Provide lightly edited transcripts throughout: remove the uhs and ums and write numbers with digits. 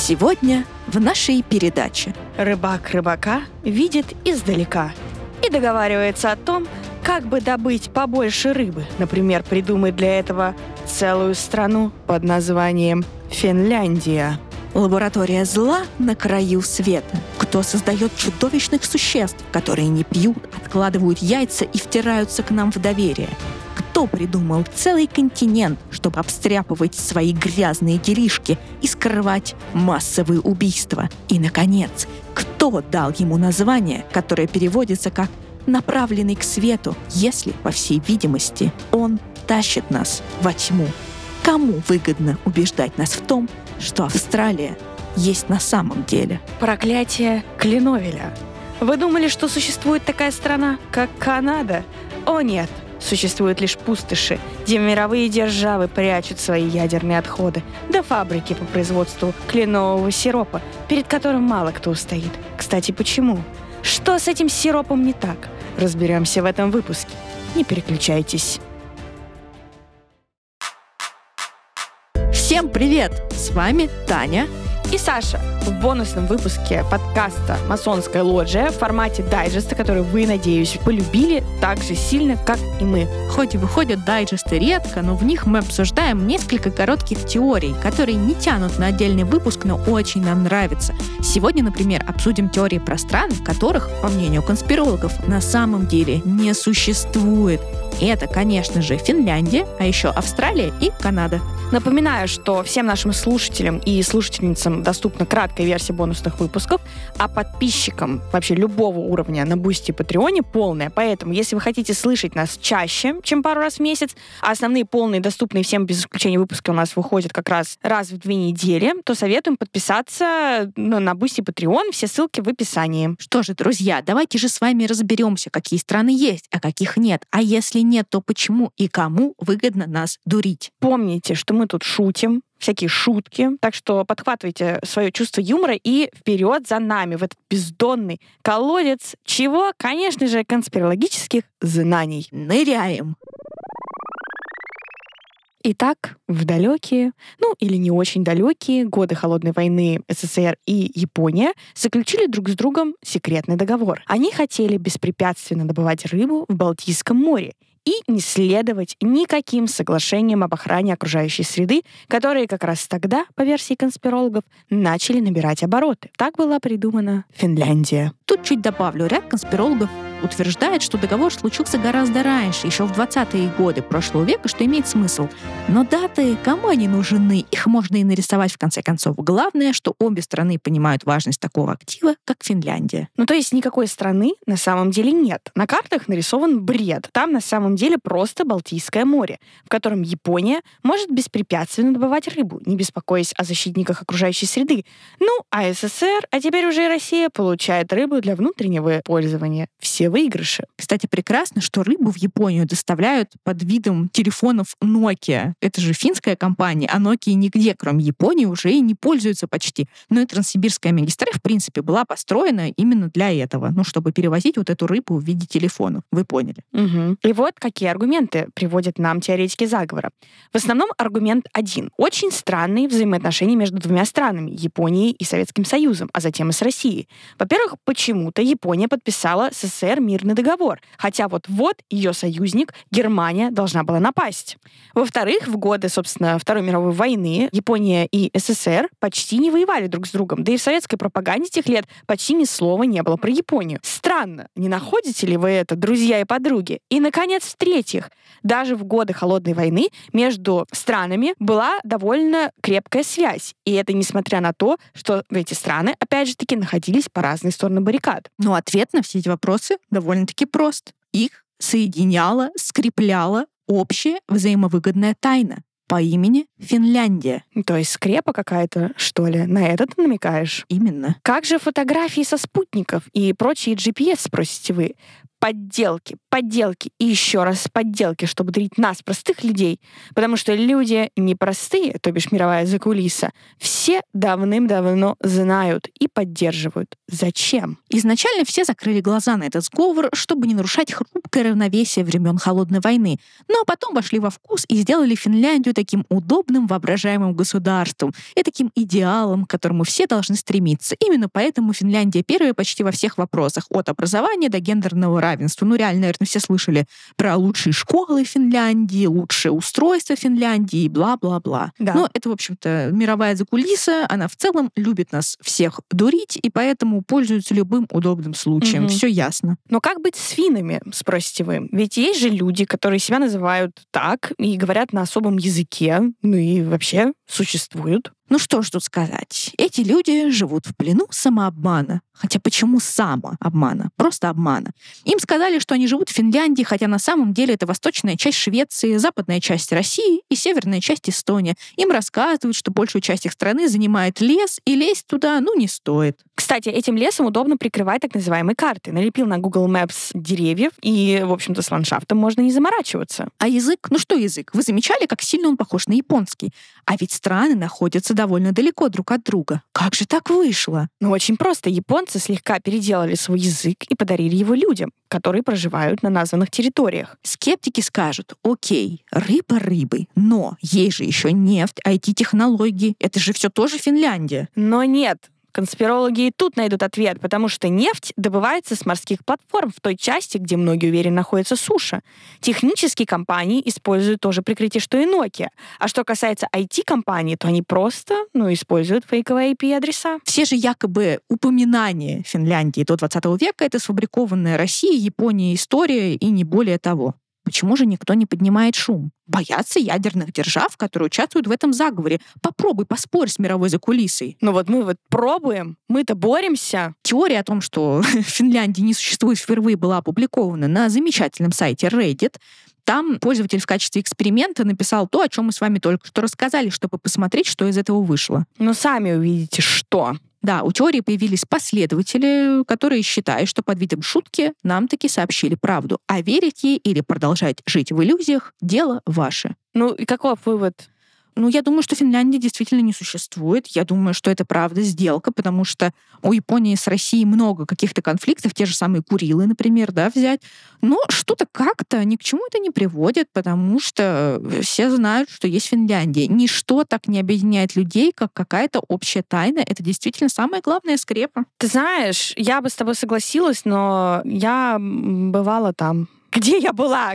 Сегодня в нашей передаче Рыбак рыбака видит издалека и договаривается о том, как бы добыть побольше рыбы. Например, придумать для этого целую страну под названием Финляндия. лаборатория зла на краю света. Кто создает чудовищных существ, которые не пьют, откладывают яйца и втираются к нам в доверие? Кто придумал целый континент, чтобы обстряпывать свои грязные делишки и скрывать массовые убийства? И, наконец, кто дал ему название, которое переводится как «направленный к свету», если, по всей видимости, он тащит нас во тьму? Кому выгодно убеждать нас в том, что Австралия есть на самом деле? Проклятие Клиновеля. Вы думали, что существует такая страна, как Канада? О нет! Существуют лишь пустоши, где мировые державы прячут свои ядерные отходы, да фабрики по производству кленового сиропа, перед которым мало кто устоит. Кстати, почему? Что с этим сиропом не так? Разберемся в этом выпуске. Не переключайтесь. Всем привет! С вами Таня И Саша в бонусном выпуске подкаста «Масонская лоджия» в формате дайджеста, который вы, надеюсь, полюбили так же сильно, как и мы. Хоть и выходят дайджесты редко, но в них мы обсуждаем несколько коротких теорий, которые не тянут на отдельный выпуск, но очень нам нравятся. Сегодня, например, обсудим теории про страны, которых, по мнению конспирологов, на самом деле не существует. И это, конечно же, Финляндия, а еще Австралия и Канада. Напоминаю, что всем нашим слушателям и слушательницам доступна краткая версия бонусных выпусков, а подписчикам вообще любого уровня на Бусти и Патреоне полная. Поэтому, если вы хотите слышать нас чаще, чем пару раз в месяц, а основные полные, доступные всем без исключения выпуски у нас выходят как раз в 2 недели, то советуем подписаться на Бусти и Патреон. Все ссылки в описании. Что же, друзья, давайте же с вами разберемся, какие страны есть, а каких нет. А если нет, то почему и кому выгодно нас дурить? Помните, что мы тут шутим, всякие шутки. Так что подхватывайте свое чувство юмора и вперед за нами в этот бездонный колодец чего? Конечно же, конспирологических знаний. Ныряем! Итак, в далекие, или не очень далекие годы Холодной войны СССР и Япония заключили друг с другом секретный договор. Они хотели беспрепятственно добывать рыбу в Балтийском море и не следовать никаким соглашениям об охране окружающей среды, которые как раз тогда, по версии конспирологов, начали набирать обороты. Так была придумана Финляндия. Тут чуть добавлю, ряд конспирологов утверждает, что договор случился гораздо раньше, еще в 20-е годы прошлого века, что имеет смысл. Но даты, кому они нужны? Их можно и нарисовать в конце концов. Главное, что обе страны понимают важность такого актива, как Финляндия. То есть никакой страны на самом деле нет. На картах нарисован бред. Там на самом деле просто Балтийское море, в котором Япония может беспрепятственно добывать рыбу, не беспокоясь о защитниках окружающей среды. А СССР, а теперь уже и Россия, получает рыбу для внутреннего пользования. Все выигрыши. Кстати, прекрасно, что рыбу в Японию доставляют под видом телефонов Nokia. Это же финская компания, а Nokia нигде, кроме Японии, уже и не пользуются почти. Но и Транссибирская магистраль, в принципе, была построена именно для этого, чтобы перевозить вот эту рыбу в виде телефонов. Вы поняли. Угу. И вот какие аргументы приводят нам теоретики заговора. В основном аргумент один. Очень странные взаимоотношения между двумя странами, Японией и Советским Союзом, а затем и с Россией. Во-первых, почему-то Япония подписала с СССР мирный договор, хотя вот ее союзник Германия должна была напасть. Во-вторых, в годы, собственно, Второй мировой войны Япония и СССР почти не воевали друг с другом, да и в советской пропаганде тех лет почти ни слова не было про Японию. Странно, не находите ли вы это, друзья и подруги? И, наконец, в-третьих, даже в годы Холодной войны между странами была довольно крепкая связь. И это несмотря на то, что эти страны, опять же таки, находились по разные стороны баррикад. Но ответ на все эти вопросы довольно-таки прост. Их соединяла, скрепляла общая взаимовыгодная тайна по имени Финляндия. То есть скрепа какая-то, что ли? На это ты намекаешь? Именно. Как же фотографии со спутников и прочие GPS, спросите вы? подделки и еще раз подделки, чтобы дарить нас, простых людей. Потому что люди непростые, то бишь мировая закулиса, все давным-давно знают и поддерживают. Зачем? Изначально все закрыли глаза на этот сговор, чтобы не нарушать хрупкое равновесие времен Холодной войны, но потом вошли во вкус и сделали Финляндию таким удобным, воображаемым государством и таким идеалом, к которому все должны стремиться. Именно поэтому Финляндия первая почти во всех вопросах, от образования до гендерного равенства. Ну, реально, наверное, все слышали про лучшие школы Финляндии, лучшее устройство Финляндии и бла-бла-бла. Да. Но это, в общем-то, мировая закулиса, она в целом любит нас всех дурить, и поэтому пользуется любым удобным случаем. Мгм. Все ясно. Но как быть с финнами, спросите вы? Ведь есть же люди, которые себя называют так и говорят на особом языке, ну и вообще существуют. Ну что ж тут сказать? Эти люди живут в плену самообмана. Хотя почему самообмана? Просто обмана. Им сказали, что они живут в Финляндии, хотя на самом деле это восточная часть Швеции, западная часть России и северная часть Эстонии. Им рассказывают, что большую часть их страны занимает лес, и лезть туда, не стоит. Кстати, этим лесом удобно прикрывать так называемые карты. Налепил на Google Maps деревьев, и, в общем-то, с ландшафтом можно не заморачиваться. А язык? Ну что язык? Вы замечали, как сильно он похож на японский? А ведь страны находятся довольно далеко друг от друга. Как же так вышло? Ну, очень просто. Японцы слегка переделали свой язык и подарили его людям, которые проживают на названных территориях. Скептики скажут: окей, рыба рыбой, но есть же еще нефть, IT-технологии. Это же все тоже Финляндия. Но нет. Конспирологи и тут найдут ответ, потому что нефть добывается с морских платформ в той части, где многие уверены находится суша. Технические компании используют тоже прикрытие, что и Nokia. А что касается IT-компаний, то они просто, используют фейковые IP-адреса. Все же якобы упоминания Финляндии до 20 века — это сфабрикованная Россией, Японией история и не более того. Почему же никто не поднимает шум? Боятся ядерных держав, которые участвуют в этом заговоре. Попробуй поспорь с мировой закулисой. Мы пробуем, мы-то боремся. Теория о том, что Финляндии не существует, впервые была опубликована на замечательном сайте Reddit. Там пользователь в качестве эксперимента написал то, о чем мы с вами только что рассказали, чтобы посмотреть, что из этого вышло. Сами увидите, что. Да, у теории появились последователи, которые считают, что под видом шутки нам таки сообщили правду. А верить ей или продолжать жить в иллюзиях — дело ваше. И каков вывод? Я думаю, что Финляндия действительно не существует. Я думаю, что это правда сделка, потому что у Японии с Россией много каких-то конфликтов, те же самые Курилы, например, взять. Но что-то как-то ни к чему это не приводит, потому что все знают, что есть Финляндия. Ничто так не объединяет людей, как какая-то общая тайна. Это действительно самая главная скрепа. Ты знаешь, я бы с тобой согласилась, но я бывала там. Где я была?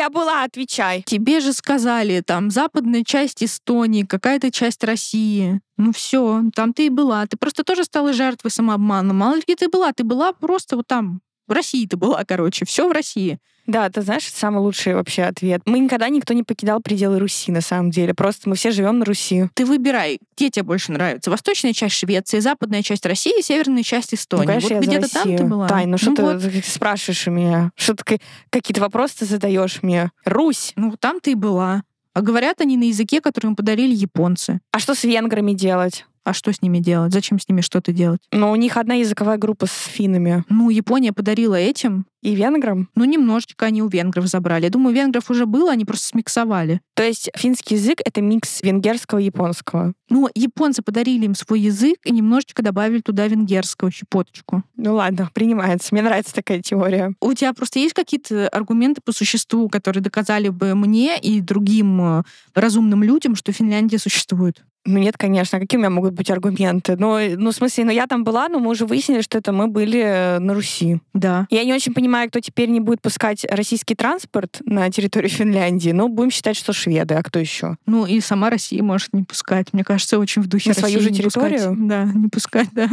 Отвечай. Тебе же сказали, там западная часть Эстонии, какая-то часть России. Все, там ты и была. Ты просто тоже стала жертвой самообмана. Мало ли где ты была. Ты была просто вот там. В России ты была, все в России. Да, ты знаешь, это самый лучший вообще ответ. Никто не покидал пределы Руси, на самом деле. Просто мы все живем на Руси. Ты выбирай, где тебе больше нравится. Восточная часть Швеции, западная часть России, северная часть Эстонии. Конечно, я где-то за там Россию. ты была. Тань, что ты спрашиваешь у меня? Что ты какие-то вопросы задаешь мне? Русь. Там ты и была. А говорят они на языке, который им подарили японцы. А что с венграми делать? А что с ними делать? Зачем с ними что-то делать? У них одна языковая группа с финнами. Япония подарила этим. И венграм? Немножечко они у венгров забрали. Я думаю, венгров уже было, они просто смиксовали. То есть финский язык — это микс венгерского и японского? Японцы подарили им свой язык и немножечко добавили туда венгерского, щепоточку. Ладно, принимается. Мне нравится такая теория. У тебя просто есть какие-то аргументы по существу, которые доказали бы мне и другим разумным людям, что Финляндия существует? Нет, конечно. Какие у меня могут быть аргументы? В смысле, я там была, но мы уже выяснили, что это мы были на Руси. Да. Я не очень понимаю, кто теперь не будет пускать российский транспорт на территорию Финляндди, но будем считать, что шведы, а кто еще? И сама Россия может не пускать. Мне кажется, очень в духе на России свою же не территорию? Пускать. Да, не пускать, да.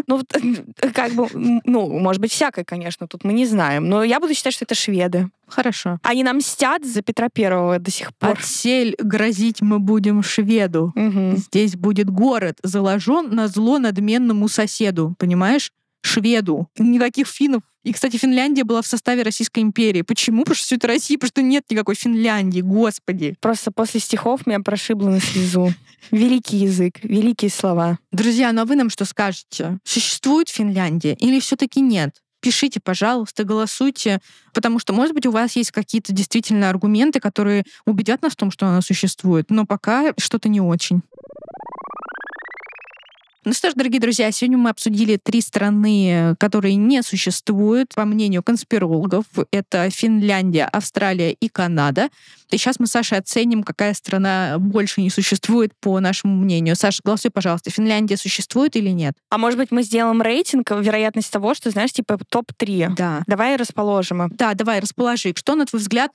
Может быть, всякое, конечно, тут мы не знаем, но я буду считать, что это шведы. Хорошо. Они нам мстят за Петра Первого до сих пор. Отсель грозить мы будем шведу. Угу. Здесь будет город, заложен на зло надменному соседу. Понимаешь? Шведу. Никаких финнов. И, кстати, Финляндия была в составе Российской империи. Почему? Потому что все это Россия, потому что нет никакой Финляндии, господи. Просто после стихов меня прошибло на слезу. Великий язык, великие слова. Друзья, а вы нам что скажете? Существует Финляндия или все-таки нет? пишите, пожалуйста, голосуйте, потому что, может быть, у вас есть какие-то действительно аргументы, которые убедят нас в том, что она существует, но пока что-то не очень. Ну что ж, дорогие друзья, сегодня мы обсудили 3 страны, которые не существуют, по мнению конспирологов. Это Финляндия, Австралия и Канада. И сейчас мы с Сашей оценим, какая страна больше не существует, по нашему мнению. Саша, голосуй, пожалуйста, Финляндия существует или нет? А может быть, мы сделаем рейтинг, вероятность того, что, знаешь, типа топ-3. Да. Давай расположим их. Да, давай, расположи. Что, на твой взгляд,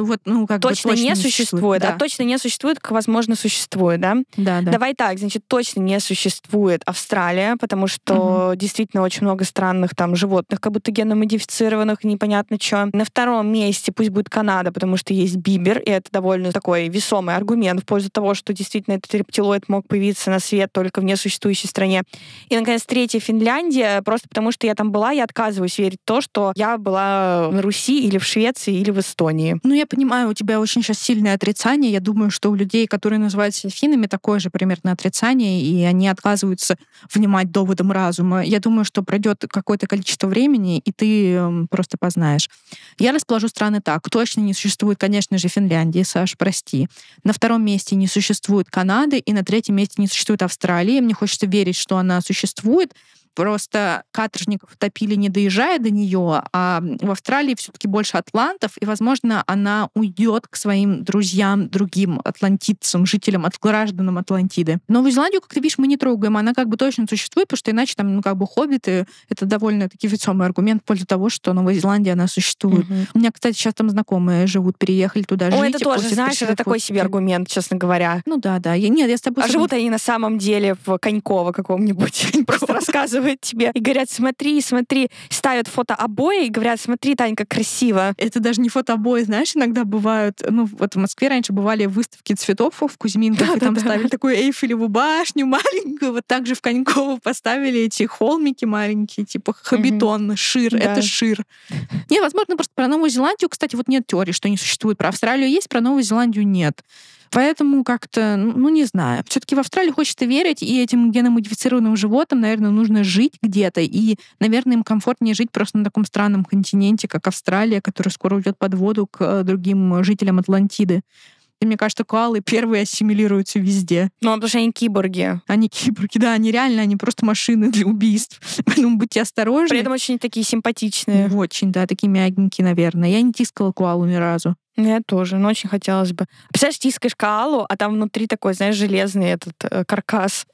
точно не существует, да. а точно не существует, как возможно существует, да? Да. Давай так, значит, точно не существует Австралия, потому что действительно очень много странных там животных, как будто генно-модифицированных, непонятно что. На втором месте пусть будет Канада, потому что есть бибер, и это довольно такой весомый аргумент в пользу того, что действительно этот рептилоид мог появиться на свет только в несуществующей стране. И, наконец, третья Финляндия, просто потому что я там была, я отказываюсь верить в то, что я была на Руси или в Швеции, или в Эстонии. Я понимаю, у тебя очень сейчас сильное отрицание. Я думаю, что у людей, которые называют себя финнами, такое же примерно отрицание, и они отказываются внимать доводам разума. Я думаю, что пройдет какое-то количество времени, и ты просто познаешь. Я расположу страны так. Точно не существует, конечно же, Финляндии, Саш, прости. На втором месте не существует Канады, и на третьем месте не существует Австралии. Мне хочется верить, что она существует. Просто каторжников топили, не доезжая до нее, а в Австралии все-таки больше атлантов, и, возможно, она уйдет к своим друзьям, другим атлантидцам, жителям, гражданам Атлантиды. Новую Зеландию, как ты видишь, мы не трогаем, она как бы точно существует, потому что иначе там, хоббиты, это довольно-таки весомый аргумент в пользу того, что Новая Зеландия, она существует. У меня, кстати, сейчас там знакомые живут, переехали туда жить. Ой, это тоже, знаешь, это такой себе аргумент, честно говоря. Да. Я с тобой... А живут они на самом деле в Коньково каком-нибудь. Просто рассказывают тебе и говорят, смотри, ставят фото обои и говорят, смотри, Тань, как красиво. Это даже не фотообои, знаешь, иногда бывают, вот в Москве раньше бывали выставки цветов в Кузьминках, и там ставили такую Эйфелеву башню маленькую, вот так же в Коньково поставили эти холмики маленькие, типа Хоббитон, Шир, это Шир. Нет, возможно, просто про Новую Зеландию, кстати, вот нет теории, что не существует. Про Австралию есть, про Новую Зеландию нет. Поэтому как-то, не знаю. Все-таки в Австралии хочется верить, и этим геномодифицированным животным, наверное, нужно жить где-то. И, наверное, им комфортнее жить просто на таком странном континенте, как Австралия, который скоро уйдет под воду к другим жителям Атлантиды. И мне кажется, коалы первые ассимилируются везде. Потому что они киборги. Они киборги, да, они просто машины для убийств. Поэтому будьте осторожны. При этом очень такие симпатичные. Очень, да, такие мягенькие, наверное. Я не тискала коалу ни разу. Я тоже, но очень хотелось бы. Представляешь, тискаешь коалу, а там внутри такой, знаешь, железный этот каркас.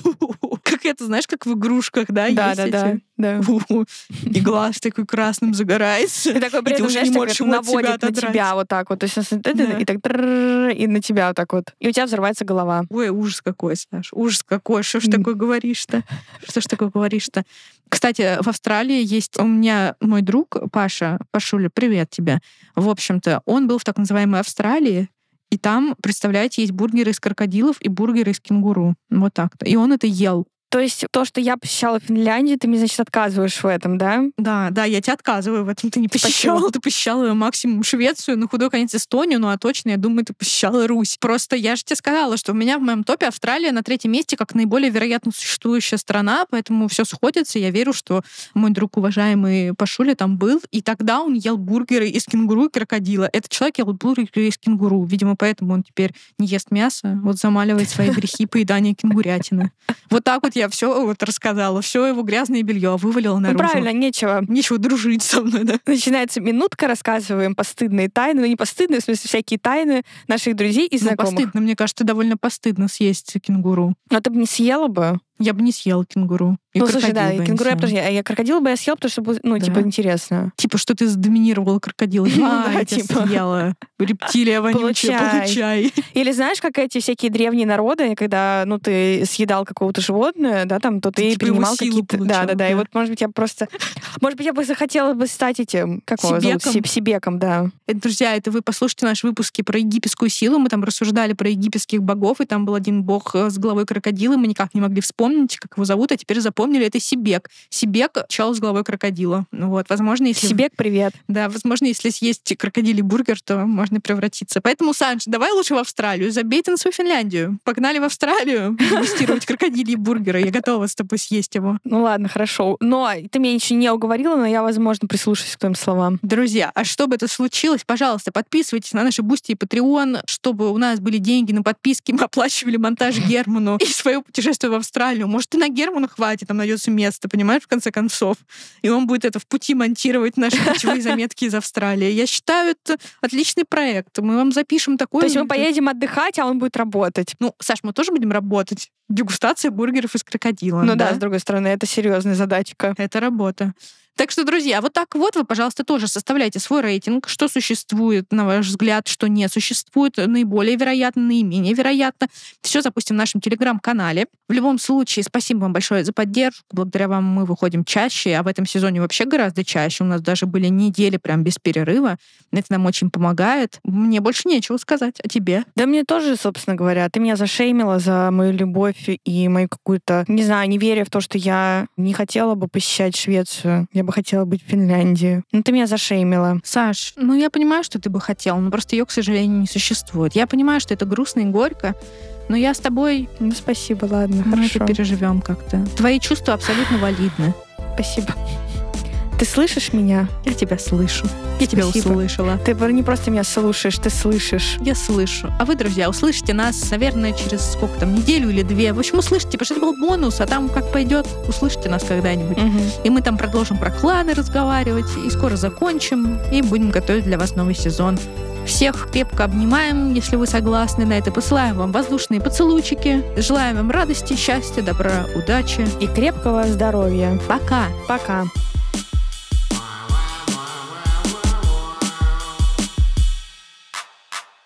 Как это, знаешь, как в игрушках, да? Да. И глаз такой красным загорается. И такой, при этом, знаешь, наводит на тебя вот так вот. То есть и так и на тебя вот так вот. И у тебя взрывается голова. Ой, ужас какой, Саш, ужас какой. Что ж такое говоришь-то? Кстати, в Австралии есть у меня мой друг Паша, Пашуля, привет тебе. В общем-то, он был в так называемой Австралии, и там, представляете, есть бургеры из крокодилов и бургеры из кенгуру. Вот так-то. И он это ел. То есть то, что я посещала Финляндию, ты мне, значит, отказываешь в этом, да? Да, я тебе отказываю в этом. Ты не посещала. Ты посещала максимум Швецию, на худой конец Эстонию, а точно, я думаю, ты посещала Русь. Просто я же тебе сказала, что у меня в моем топе Австралия на 3-м месте как наиболее вероятно существующая страна, поэтому все сходится. Я верю, что мой друг, уважаемый Пашуля, там был, и тогда он ел бургеры из кенгуру и крокодила. Этот человек ел бургеры из кенгуру. Видимо, поэтому он теперь не ест мясо, замаливает свои грехи поедания кенгурятины. Вот так вот я все рассказала, все его грязное белье вывалила наружу. Правильно, нечего дружить со мной, да. Начинается минутка, рассказываем постыдные тайны, не постыдные, в смысле всякие тайны наших друзей и знакомых. Постыдно, мне кажется, довольно постыдно съесть кенгуру. Но ты бы не съела бы? Я бы не съела кенгуру. Слушай, да, и кенгуру я крокодила бы я съела, потому что, типа, интересно. Типа, что ты задоминировала крокодила. Я тебя съела. Рептилия вонючая, получай. Или знаешь, как эти всякие древние народы, когда, ты съедал какого-то животное, да, там, то ты принимал какие-то... Да. И вот, может быть, я бы захотела бы стать этим, как его зовут? Себеком, да. Друзья, это вы послушайте наши выпуски про египетскую силу. Мы там рассуждали про египетских богов, и там был один бог с головой крокодила, мы никак не могли вспомнить, помните, как его зовут, а теперь запомнили, это Сибек. Сибек — чел с головой крокодила. Вот, возможно, если... Сибек, привет. Да, возможно, если съесть крокодилий бургер, то можно превратиться. Поэтому, Санж, давай лучше в Австралию. Забей ты на свою Финляндию. Погнали в Австралию дегустировать крокодилий бургеры. Я готова с тобой съесть его. Ну ладно, хорошо. Но ты меня еще не уговорила, но я, возможно, прислушаюсь к твоим словам. Друзья, а чтобы это случилось, пожалуйста, подписывайтесь на наши Бусти и Patreon, чтобы у нас были деньги на подписки, мы оплачивали монтаж Герману и свое путешествие в Австралию. Может, и на Герману хватит, там найдется место, понимаешь, в конце концов. И он будет это в пути монтировать, наши путевые заметки из Австралии. Я считаю, это отличный проект. Мы вам запишем такой... То есть мы поедем отдыхать, а он будет работать. Ну, Саш, мы тоже будем работать. Дегустация бургеров из крокодила. Ну да, с другой стороны, это серьезная задачка. Это работа. Так что, друзья, вот так вот вы, пожалуйста, тоже составляйте свой рейтинг, что существует, на ваш взгляд, что не существует, наиболее вероятно, наименее вероятно. Все запустим в нашем телеграм-канале. В любом случае, спасибо вам большое за поддержку. Благодаря вам мы выходим чаще, а в этом сезоне вообще гораздо чаще. У нас даже были недели прям без перерыва. Это нам очень помогает. Мне больше нечего сказать. А тебе? Да мне тоже, собственно говоря. Ты меня зашеймила за мою любовь и мою какую-то, не знаю, неверие в то, что я не хотела бы посещать Швецию. Я бы хотела быть в Финляндии. Но ты меня зашеймила. Саш, ну я понимаю, что ты бы хотела, но просто ее, к сожалению, не существует. Я понимаю, что это грустно и горько, но я с тобой... Ну, спасибо, ладно, мы хорошо. это переживем как-то. Твои чувства абсолютно валидны. Спасибо. Ты слышишь меня? Я тебя слышу. Я тебя услышала. Ты не просто меня слушаешь, ты слышишь. Я слышу. А вы, друзья, услышите нас, наверное, через сколько там, неделю или две. В общем, услышите, потому что это был бонус, а там как пойдет, услышите нас когда-нибудь. И мы там продолжим про кланы разговаривать, и скоро закончим, и будем готовить для вас новый сезон. Всех крепко обнимаем, если вы согласны на это. Посылаем вам воздушные поцелуйчики. Желаем вам радости, счастья, добра, удачи. И крепкого здоровья. Пока. Пока.